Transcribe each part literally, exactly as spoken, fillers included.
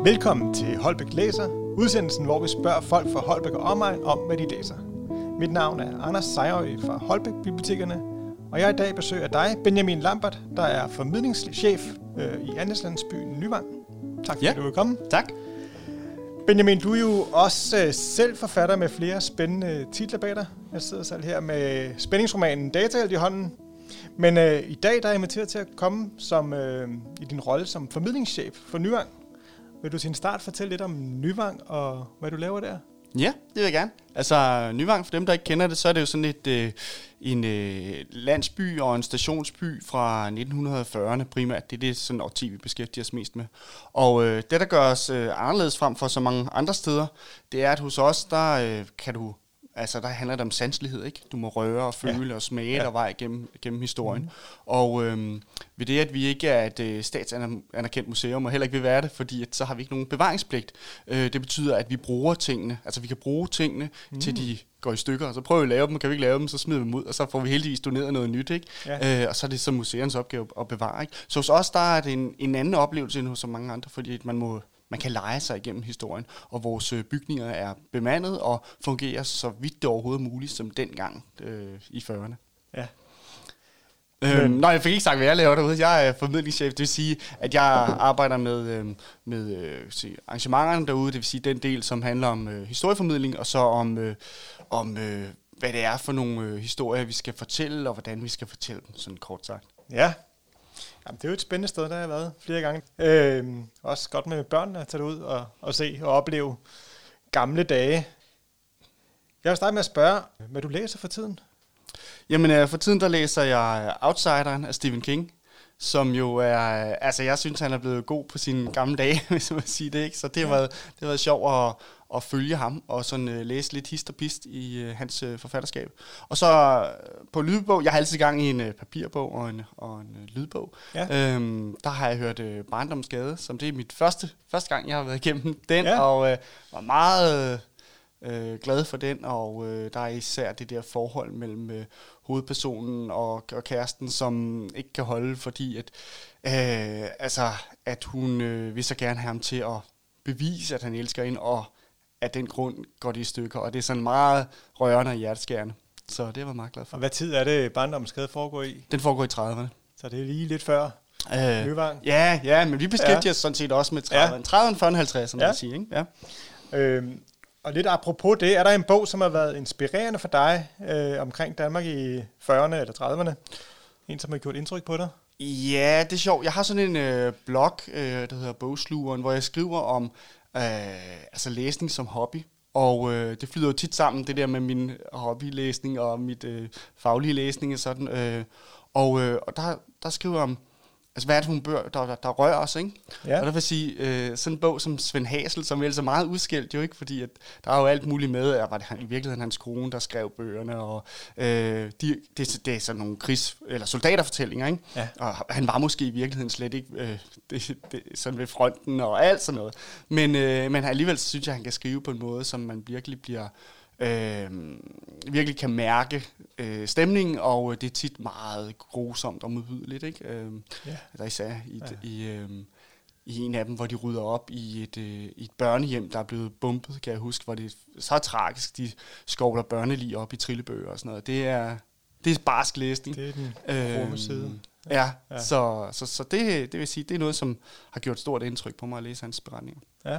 Velkommen til Holbæk Læser, udsendelsen, hvor vi spørger folk fra Holbæk og omegn om, hvad de læser. Mit navn er Anders Sejrøy fra Holbæk Bibliotekerne, og jeg er i dag besøger dig, Benjamin Lambert, der er formidlingschef øh, i Andelslandsbyen Nyvang. Tak fordi ja. du vil komme. Tak. Benjamin, du er jo også øh, selv forfatter med flere spændende titler bag dig. Jeg sidder selv her med spændingsromanen Datahelt i hånden. Men øh, i dag der er jeg inviteret til at komme som, øh, i din rolle som formidlingschef for Nyvang. Vil du til en start fortælle lidt om Nyvang og hvad du laver der? Ja, det vil jeg gerne. Altså Nyvang, for dem der ikke kender det, så er det jo sådan et, øh, en øh, landsby og en stationsby fra nitten fyrrerne primært. Det er det sådan årti, vi beskæftiger os mest med. Og øh, det, der gør os øh, anderledes frem for så mange andre steder, det er, at hos os, der øh, kan du... Altså, der handler det om sanselighed, ikke? Du må røre og føle ja. og smage ja. der vej gennem, gennem historien. Mm. Og øhm, ved det, at vi ikke er et øh, statsanerkendt museum, og heller ikke vil være det, fordi at, så har vi ikke nogen bevaringspligt. Øh, det betyder, at vi bruger tingene. Altså, vi kan bruge tingene, mm. til de går i stykker, og så prøver vi at lave dem, og kan vi ikke lave dem, så smider vi dem ud, og så får vi heldigvis doneret noget nyt, ikke? Ja. Øh, og så er det så museernes opgave at bevare, ikke? Så hos os, der er det en, en anden oplevelse end hos så mange andre, fordi man må... Man kan lege sig igennem historien, og vores bygninger er bemandet og fungerer så vidt det overhovedet muligt som dengang øh, i fyrrerne. Ja. Øhm, nej, jeg fik ikke sagt, hvad jeg laver derude. Jeg er formidlingschef, det vil sige, at jeg arbejder med, øh, med øh, arrangementerne derude, det vil sige den del, som handler om øh, historieformidling, og så om, øh, om øh, hvad det er for nogle øh, historier, vi skal fortælle, og hvordan vi skal fortælle dem, sådan kort sagt. Ja. Jamen, det er jo et spændende sted, der har jeg været flere gange. Øhm, også godt med børnene at tage ud og, og se og opleve gamle dage. Jeg vil starte med at spørge, hvad du læser for tiden? Jamen, øh, for tiden der læser jeg Outsideren af Stephen King, som jo er... Altså, jeg synes, han er blevet god på sine gamle dage, hvis man sige det, ikke? Så det har været, det har været sjovt at, at følge ham og sådan øh, læse lidt hist og pist i øh, hans øh, forfatterskab. Og så øh, på lydbog, jeg har altid gang i en øh, papirbog og en, og en øh, lydbog. Ja. Øhm, der har jeg hørt øh, Barndomsgade, som det er mit første, første gang, jeg har været igennem den, ja. og øh, var meget... Øh, glad for den, og øh, der er især det der forhold mellem øh, hovedpersonen og, og kæresten, som ikke kan holde, fordi at, øh, altså, at hun øh, vil så gerne have ham til at bevise, at han elsker hende, og af den grund går det i stykker, og det er sådan meget rørende og hjerteskærende. Så det var jeg meget glad for. Og hvad tid er det, Barndomsgade foregår i? Den foregår i trediverne. Så det er lige lidt før øh, Nyvang? Ja, ja, men vi beskæftiger ja. os sådan set også med trediverne. Ja. trediverne, fyrrerne, halvtredserne, ja. vil sige, ikke? Ja. Øhm, Og lidt apropos det, er der en bog, som har været inspirerende for dig øh, omkring Danmark i fyrrerne eller trediverne? En, som har gjort indtryk på dig? Ja, det er sjovt. Jeg har sådan en øh, blog, øh, der hedder Bogslugeren, hvor jeg skriver om øh, altså læsning som hobby. Og øh, det flyder jo tit sammen, det der med min hobbylæsning og mit øh, faglige læsning og sådan. Øh, og øh, og der, der skriver jeg om, altså, hvad er det for nogle bøger, der, der, der rører os, ikke? Ja. Og der vil sige, øh, sådan en bog som Svend Hasel, som ellers er meget udskilt, jo ikke, fordi at der er jo alt muligt med, at var det han, i virkeligheden hans kone, der skrev bøgerne, og øh, de, det, det er sådan nogle krigs- eller soldaterfortællinger, ikke? Ja. Og han var måske i virkeligheden slet ikke øh, det, det, sådan ved fronten og alt sådan noget. Men, øh, men alligevel synes jeg, han kan skrive på en måde, som man virkelig bliver... Øh, virkelig kan mærke øh, stemningen, og det er tit meget grusomt og modbydeligt, ikke? Øh, yeah. Der især i, ja. i, øh, i en af dem, hvor de rydder op i et, øh, i et børnehjem, der er blevet bumpet, kan jeg huske, hvor det er så tragisk, de skovler børnelig op i trillebøger og sådan noget. Det er, det er barsk læsning. Det er den grumme øh, side. Ja, ja. så, så, så det, det vil sige, det er noget, som har gjort stort indtryk på mig at læse hans beretninger. Ja.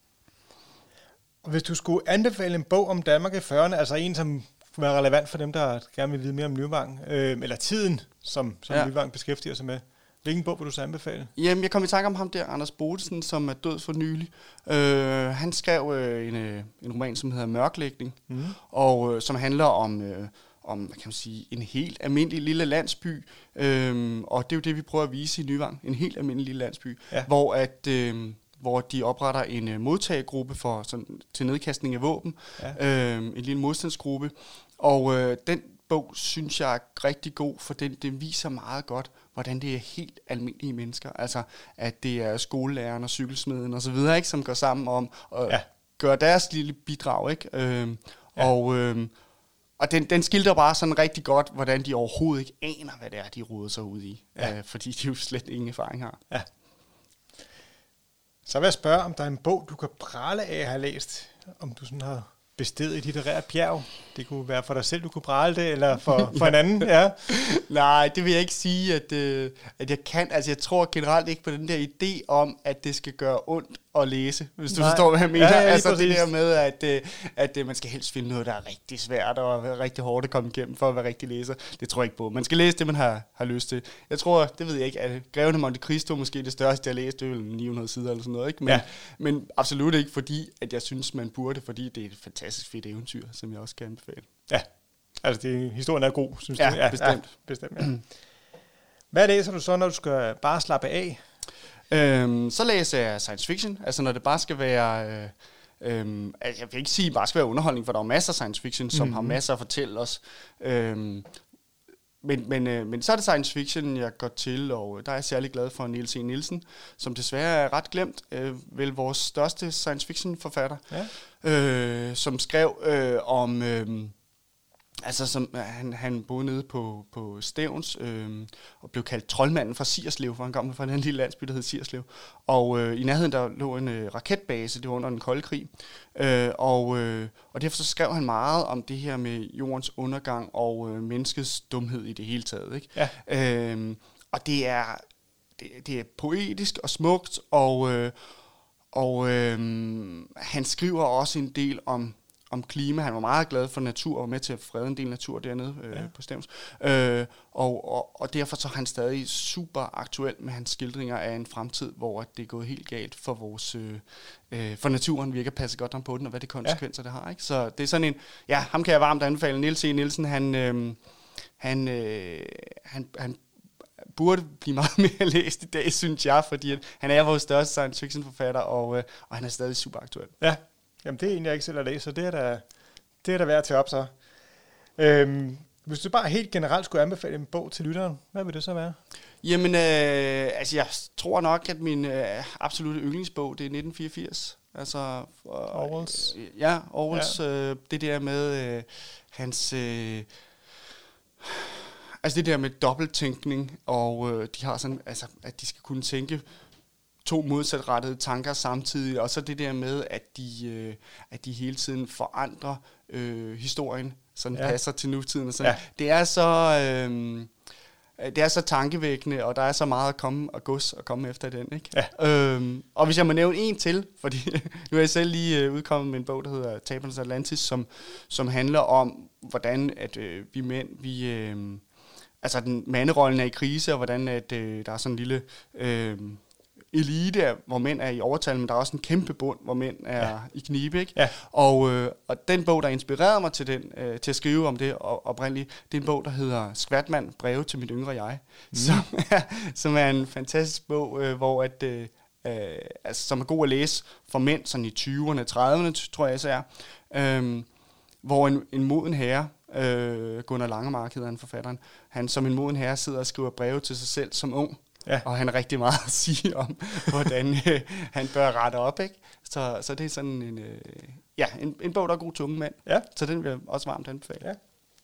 Og hvis du skulle anbefale en bog om Danmark i fyrrerne, altså en, som være relevant for dem, der gerne vil vide mere om Nyvang, øh, eller tiden, som, som ja. Nyvang beskæftiger sig med, hvilken bog vil du så anbefale? Jamen, jeg kom i tanke om ham der, Anders Bodesen, som er død for nylig. Øh, han skrev øh, en, øh, en roman, som hedder Mørklægning, mm. og øh, som handler om... Øh, om, hvad kan man sige, en helt almindelig lille landsby, øhm, og det er jo det, vi prøver at vise i Nyvang, en helt almindelig lille landsby, ja. hvor at... Øh, hvor de opretter en uh, modtagegruppe for, sådan, til nedkastning af våben, ja. øh, en lille modstandsgruppe, og øh, den bog synes jeg er rigtig god, for den, den viser meget godt, hvordan det er helt almindelige mennesker, altså at det er skolelæreren og cykelsmeden og så videre, ikke, som går sammen om at ja. gøre deres lille bidrag, ikke? Øh, ja. Og, øh, og den, den skildrer bare sådan rigtig godt, hvordan de overhovedet ikke aner, hvad det er, de roder sig ud i, ja. øh, fordi de jo slet ingen erfaring har. Ja. Så vil jeg spørge, om der er en bog, du kan prale af at have læst, om du sådan har bestedet et litterært bjerg. Det kunne være for dig selv, du kunne prale det, eller for, for en anden, ja. Nej, det vil jeg ikke sige, at, øh, at jeg kan. Altså, jeg tror generelt ikke på den der idé om, at det skal gøre ondt at læse, hvis du Nej. forstår, hvad jeg mener. Ja, ja, altså, præcis. Det der med, at, øh, at øh, man skal helst finde noget, der er rigtig svært og rigtig hårdt at komme igennem for at være rigtig læser. Det tror jeg ikke på. Man skal læse det, man har, har lyst til. Jeg tror, det ved jeg ikke, at Greven af Monte Cristo måske det største, jeg har læst, det er vel ni hundrede sider eller sådan noget, ikke? Men, ja. men absolut ikke, fordi at jeg synes, man burde, fordi det er et fantastisk fedt eventyr, som jeg også kan anbefale. Ja, altså det, historien er god, synes ja, du? Ja, bestemt. Ja, bestemt ja. Hvad læser du så, når du skal bare slappe af? Øhm, så læser jeg science fiction, altså når det bare skal være, øh, øh, jeg vil ikke sige, bare skal være underholdning, for der er masser af science fiction, som mm-hmm. har masser at fortælle os. Øhm, men, men, øh, men så er det science fiction, jeg går til, og der er jeg særlig glad for Niels E. Nielsen, som desværre er ret glemt, øh, vel vores største science fiction forfatter, ja. øh, som skrev øh, om... Øh, Altså, som, han, han boede nede på, på Stevns, øh, og blev kaldt troldmanden fra Sierslev, for han kom fra den lille landsby, der hed Sierslev. Og øh, i nærheden, der lå en øh, raketbase, det var under den kolde krig. Øh, og, øh, og derfor så skrev han meget om det her med jordens undergang og øh, menneskets dumhed i det hele taget. Ikke? Ja. Øh, og det er, det, det er poetisk og smukt, og, øh, og øh, han skriver også en del om om klima. Han var meget glad for natur og var med til at frede en del natur dernede øh, ja. på Stevns. Øh, og, og, og derfor så er han stadig super aktuel med hans skildringer af en fremtid, hvor det er gået helt galt for vores øh, for naturen. Vi ikke har passet godt om på den, og hvad det konsekvenser ja. det har. Ikke? Så det er sådan en, ja, ham kan jeg varmt anbefale. Niels E. Nielsen, han, øh, han, øh, han, han burde blive meget mere læst i dag, synes jeg, fordi han er vores største science fiction forfatter, og, øh, og han er stadig super aktuel. Ja. Jamen, det er egentlig, jeg ikke selv har læst, så det er da, det er da værd at tage op så. Øhm, hvis du bare helt generelt skulle anbefale en bog til lytteren, hvad vil det så være? Jamen, øh, altså jeg tror nok, at min øh, absolutte yndlingsbog, det er nitten fireogfirs. Altså, øh, Orwells? Øh, ja, Orwells, ja. Øh, det der med øh, hans... Øh, altså det der med dobbelttænkning, og øh, de har sådan, altså, at de skal kunne tænke to modsatrettede tanker samtidig, og så det der med, at de, øh, at de hele tiden forandrer øh, historien, så den ja. passer til nutiden. Og sådan. Ja. Det er så øh, det er så tankevækkende, og der er så meget at komme og gods og komme efter den, ikke? Ja. Øhm, og hvis jeg må nævne en til, fordi nu er jeg selv lige øh, udkommet med en bog, der hedder Tabernes Atlantis, som, som handler om, hvordan at øh, vi mænd, vi... Øh, altså den manderollen er i krise, og hvordan at, øh, der er sådan en lille... Øh, elite, hvor mænd er i overtal, men der er også en kæmpe bund, hvor mænd er ja. i knibe, ikke? Ja. Og, øh, og den bog, der inspirerede mig til, den, øh, til at skrive om det oprindeligt, det er en bog, der hedder Skvatmand, breve til mit yngre jeg, mm. som, er, som er en fantastisk bog, øh, hvor at, øh, altså, som er god at læse for mænd, sådan i tyverne, trediverne, tror jeg så er, øh, hvor en, en moden herre, øh, Gunnar Langemark hedder han, forfatteren, han som en moden herre sidder og skriver breve til sig selv som ung. Ja. Og han har rigtig meget at sige om, hvordan øh, han bør rette op, ikke? Så, så det er sådan en, øh, ja, en, en bog, der er god til unge mænd. Ja. Så den vil jeg også varmt anbefale. Ja.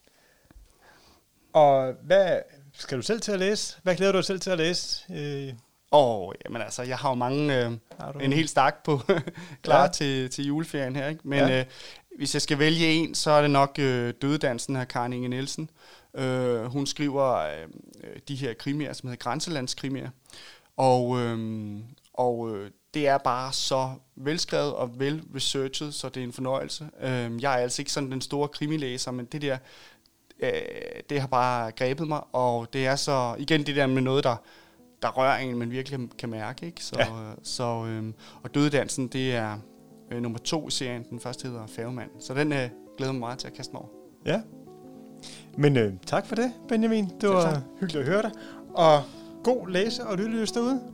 Og hvad skal du selv til at læse? Hvad glæder du dig selv til at læse? Øh. Åh, oh, jamen altså, jeg har jo mange, øh, har en hel stak på klar ja. til, til juleferien her, ikke? Men ja. øh, hvis jeg skal vælge en, så er det nok øh, Dødedansen af Karen Inge Nielsen. Uh, hun skriver uh, de her krimier, som hedder grænselandskrimier, og, uh, og uh, det er bare så velskrevet og vel-researchet, så det er en fornøjelse. Uh, jeg er altså ikke sådan den store krimilæser, men det der, uh, det har bare grebet mig, og det er så, igen det der med noget, der, der rører en, man virkelig kan mærke, ikke? Så, ja. uh, så, uh, og Dødedansen, det er uh, nummer to i serien, den første hedder Færgemand, så den uh, glæder mig meget til at kaste mig over. Ja. Men øh, tak for det, Benjamin. Det var hyggeligt at høre dig. Og god læse- og lyttelyst derude.